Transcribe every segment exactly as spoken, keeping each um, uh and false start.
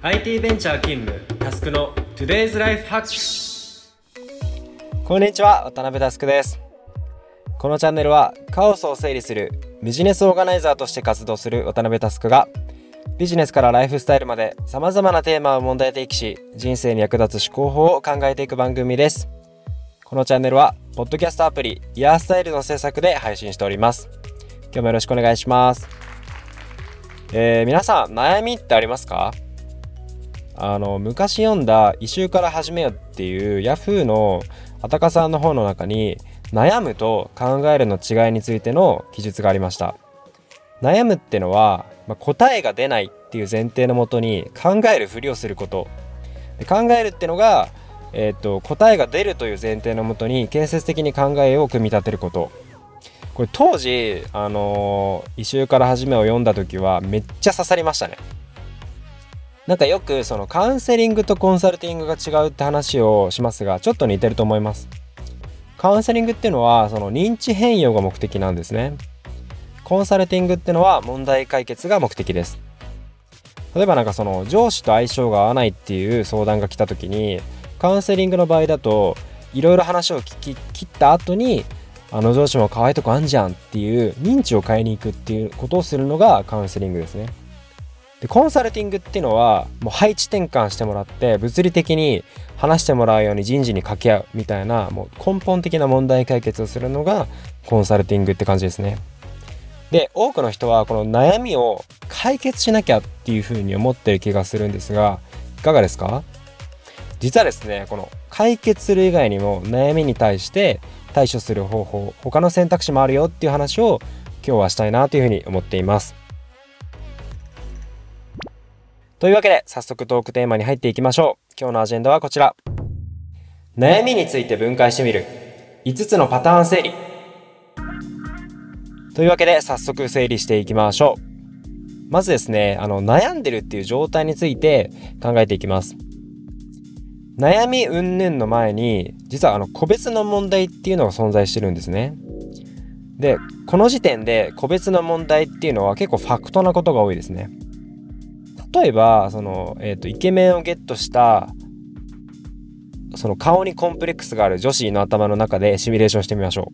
アイティー ベンチャー勤務タスクの Today's Life Hack。 こんにちは、渡辺タスクです。このチャンネルはカオスを整理するビジネスオーガナイザーとして活動する渡辺タスクがビジネスからライフスタイルまで様々なテーマを問題提起し、人生に役立つ思考法を考えていく番組です。このチャンネルはポッドキャストアプリイヤースタイルの制作で配信しております。今日もよろしくお願いします。えー、皆さん悩みってありますか？あの昔読んだ異臭から始めよっていうヤフーのあたかさんの本の中に悩むと考えるの違いについての記述がありました。悩むってのは、まあ、答えが出ないっていう前提のもとに考えるふりをすること。で考えるってのが、えー、と答えが出るという前提のもとに建設的に考えを組み立てること。これ当時、あのー、異臭から始めを読んだ時はめっちゃ刺さりましたね。なんかよくそのカウンセリングとコンサルティングが違うって話をしますが、ちょっと似てると思います。カウンセリングっていうのはその認知変容が目的なんですね。コンサルティングっていうのは問題解決が目的です。例えばなんかその上司と相性が合わないっていう相談が来た時に、カウンセリングの場合だといろいろ話を聞き切った後に、あの上司も可愛いとこあんじゃんっていう認知を変えに行くっていうことをするのがカウンセリングですね。でコンサルティングっていうのはもう配置転換してもらって物理的に話してもらうように人事に掛け合うみたいな、もう根本的な問題解決をするのがコンサルティングって感じですね。で多くの人はこの悩みを解決しなきゃっていうふうに思ってる気がするんですが、いかがですか？実はですね、この解決する以外にも悩みに対して対処する方法、他の選択肢もあるよっていう話を今日はしたいなというふうに思っています。というわけで早速トークテーマに入っていきましょう。今日のアジェンダはこちら。悩みについて分解してみるいつつのパターン整理。というわけで早速整理していきましょう。まずですね、あの悩んでるっていう状態について考えていきます。悩み云々の前に実はあの個別の問題っていうのが存在してるんですね。でこの時点で個別の問題っていうのは結構ファクトなことが多いですね。例えばその、えーと、イケメンをゲットしたその顔にコンプレックスがある女子の頭の中でシミュレーションしてみましょ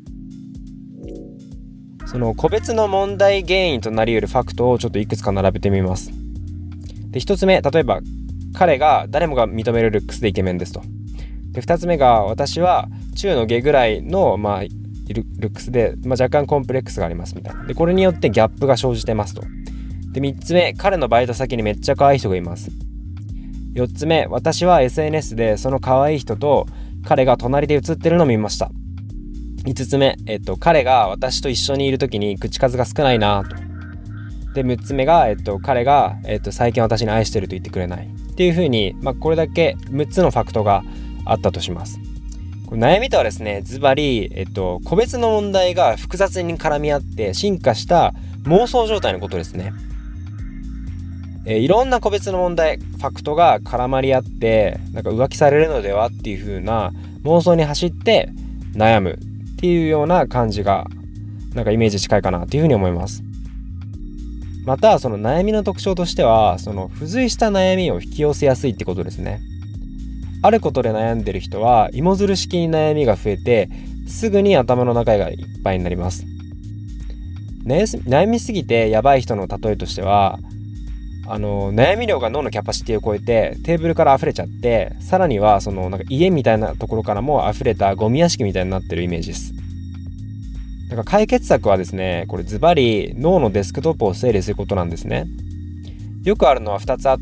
う。その個別の問題原因となり得るファクトをちょっといくつか並べてみます。でひとつめ、例えば彼が誰もが認めるルックスでイケメンですと。でふたつめが私は中の下ぐらいの、まあ、ルックスで、まあ、若干コンプレックスがありますみたいな。でこれによってギャップが生じてますと。でみっつめ、彼のバイト先にめっちゃ可愛い人がいます。よっつめ、私は エスエヌエス でその可愛い人と彼が隣で写ってるのを見ました。いつつめ、えっと、彼が私と一緒にいる時に口数が少ないなと。でむっつめが、えっと、彼が、えっと、最近私に愛してると言ってくれないっていう風に、まあ、これだけむっつのファクトがあったとします。これ悩みとはですね、ズバリ、えっと、個別の問題が複雑に絡み合って進化した妄想状態のことですね。えー、いろんな個別の問題、ファクトが絡まり合ってなんか浮気されるのではっていう風な妄想に走って悩むっていうような感じがなんかイメージ近いかなっていう風に思います。またその悩みの特徴としては、その付随した悩みを引き寄せやすいってことですね。あることで悩んでる人は芋づる式に悩みが増えてすぐに頭の中がいっぱいになります。悩みすぎてやばい人の例えとしては、あの悩み量が脳のキャパシティを超えてテーブルから溢れちゃって、さらにはそのなんか家みたいなところからも溢れたゴミ屋敷みたいになってるイメージです。だから解決策はですね、これズバリ脳のデスクトップを整理することなんですね。よくあるのはふたつあって、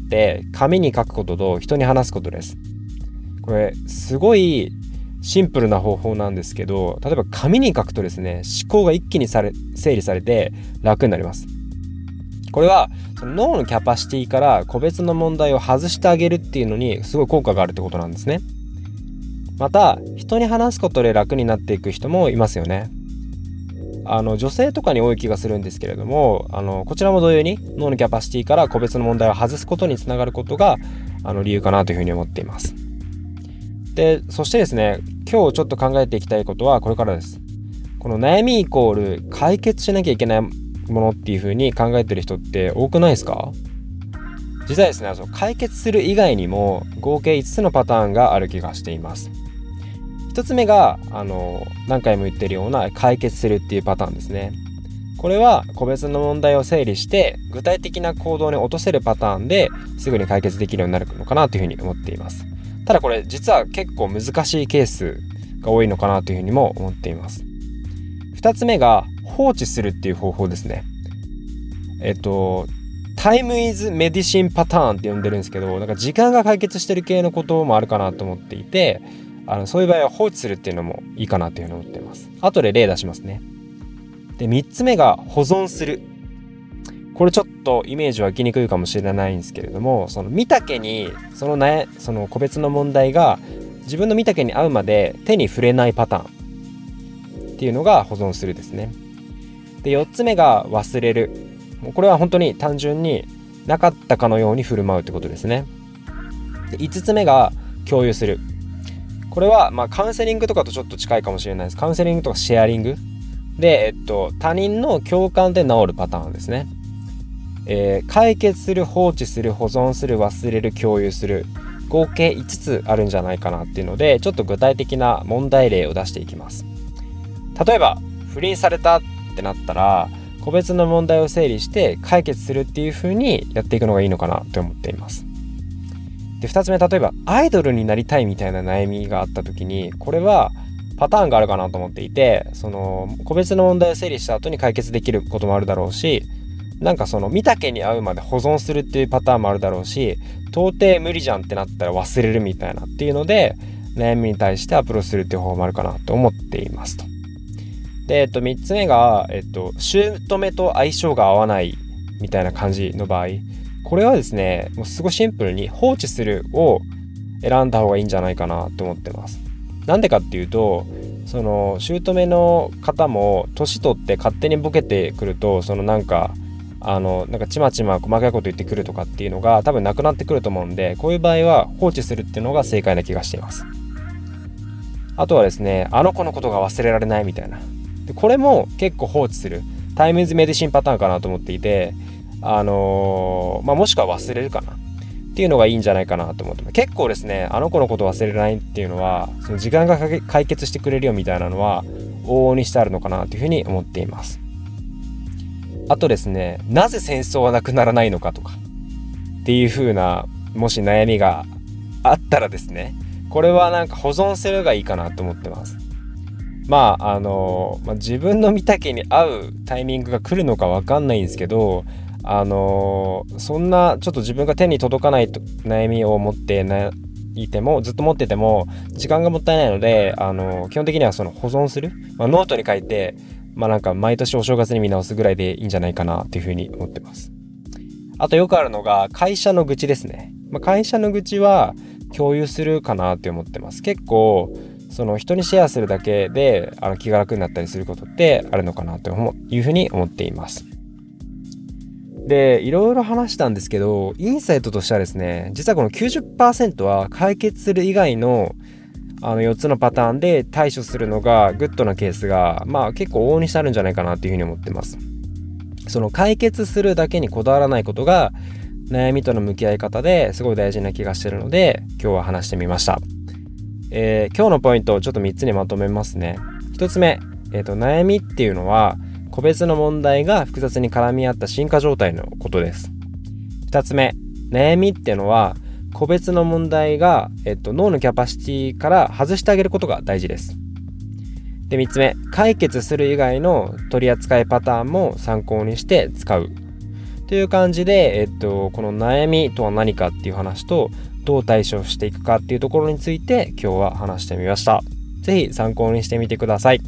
紙に書くことと人に話すことです。これすごいシンプルな方法なんですけど、例えば紙に書くとですね、思考が一気にされ整理されて楽になります。これはその脳のキャパシティから個別の問題を外してあげるっていうのにすごい効果があるってことなんですね。また人に話すことで楽になっていく人もいますよね。あの女性とかに多い気がするんですけれども、あのこちらも同様に脳のキャパシティから個別の問題を外すことにつながることがあの理由かなというふうに思っています。でそしてですね、今日ちょっと考えていきたいことはこれからです。この悩みイコール解決しなきゃいけないものっていう風に考えてる人って多くないですか？ 実はですね、その解決する以外にも合計いつつのパターンがある気がしています。ひとつめがあの何回も言ってるような解決するっていうパターンですね。これは個別の問題を整理して具体的な行動に落とせるパターンですぐに解決できるようになるのかなというふうに思っています。ただこれ実は結構難しいケースが多いのかなというふうにも思っています。ふたつめが放置するっていう方法ですね。えっとタイムイズメディシンパターンって呼んでるんですけど、なんか時間が解決してる系のこともあるかなと思っていて、あのそういう場合は放置するっていうのもいいかなというふうに思っています。後で例出しますね。でみっつめが保存する。これちょっとイメージ湧きにくいかもしれないんですけれども、その見たけにそのねその個別の問題が自分の見たけに合うまで手に触れないパターンっていうのが保存するですね。でよっつめが忘れる。もうこれは本当に単純になかったかのように振る舞うってことですね。でいつつめが共有する。これはまあカウンセリングとかとちょっと近いかもしれないです。カウンセリングとかシェアリングで、えっと、他人の共感で治るパターンですね。えー、解決する、放置する、保存する、忘れる、共有する、合計いつつあるんじゃないかなっていうので、ちょっと具体的な問題例を出していきます。例えば不倫されたってなったら、個別の問題を整理して解決するっていう風にやっていくのがいいのかなと思っています。でふたつめ、例えばアイドルになりたいみたいな悩みがあった時に、これはパターンがあるかなと思っていて、その個別の問題を整理した後に解決できることもあるだろうし、なんかその見たけに合うまで保存するっていうパターンもあるだろうし、到底無理じゃんってなったら忘れるみたいなっていうので悩みに対してアプローチするっていう方法もあるかなと思っていますと。で、えっと、みっつめが、えっと、姑と相性が合わないみたいな感じの場合、これはですね、もうすごいシンプルに放置するを選んだ方がいいんじゃないかなと思ってます。なんでかっていうと、その姑の方も年取って勝手にボケてくると、そのなんかあのなんかちまちま細かいこと言ってくるとかっていうのが多分なくなってくると思うんで、こういう場合は放置するっていうのが正解な気がしています。あとはですね、あの子のことが忘れられないみたいな、でこれも結構放置するタイムイズメディシンパターンかなと思っていて、あのーまあ、もしくは忘れるかなっていうのがいいんじゃないかなと思ってます。結構ですね、あの子のこと忘れないっていうのは、その時間が解決してくれるよみたいなのは往々にしてあるのかなというふうに思っています。あとですね、なぜ戦争はなくならないのかとかっていう風なもし悩みがあったらですね、これはなんか保存するがいいかなと思ってます。まああの、まあ、自分の見たけに合うタイミングが来るのか分かんないんですけど、あのそんなちょっと自分が手に届かないと悩みを持っていても、ずっと持ってても時間がもったいないので、あの基本的にはその保存する、まあ、ノートに書いて、まあなんか毎年お正月に見直すぐらいでいいんじゃないかなっていうふうに思ってます。あとよくあるのが会社の愚痴ですね。まあ、会社の愚痴は共有するかなって思ってます。結構その人にシェアするだけであの気が楽になったりすることってあるのかなというふうに思っています。で、いろいろ話したんですけど、インサイトとしてはですね、実はこの きゅうじゅっパーセント は解決する以外のあのよっつのパターンで対処するのがグッドなケースが、まあ結構往々にしてあるんじゃないかなっていうふうに思ってます。その解決するだけにこだわらないことが悩みとの向き合い方ですごい大事な気がしてるので、今日は話してみました。えー、今日のポイントをちょっとみっつにまとめますね。ひとつめ、えーと、悩みっていうのは個別の問題が複雑に絡み合った進化状態のことです。ふたつめ、悩みっていうのは個別の問題が、えっと、脳のキャパシティから外してあげることが大事です。で、みっつめ、解決する以外の取り扱いパターンも参考にして使うという感じで、えっと、この悩みとは何かっていう話とどう対処していくかっていうところについて今日は話してみました。ぜひ参考にしてみてください。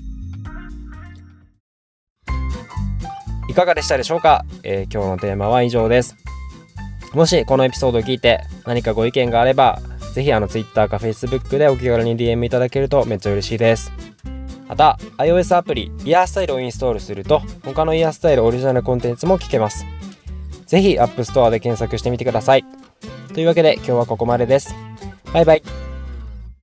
いかがでしたでしょうか。えー、今日のテーマは以上です。もしこのエピソードを聞いて何かご意見があれば、ぜひあの Twitter か Facebook でお気軽に ディーエム いただけるとめっちゃ嬉しいです。また iOS アプリイヤースタイルをインストールすると他のイヤースタイルオリジナルコンテンツも聞けます。ぜひ App Store で検索してみてください。というわけで今日はここまでです。バイバイ。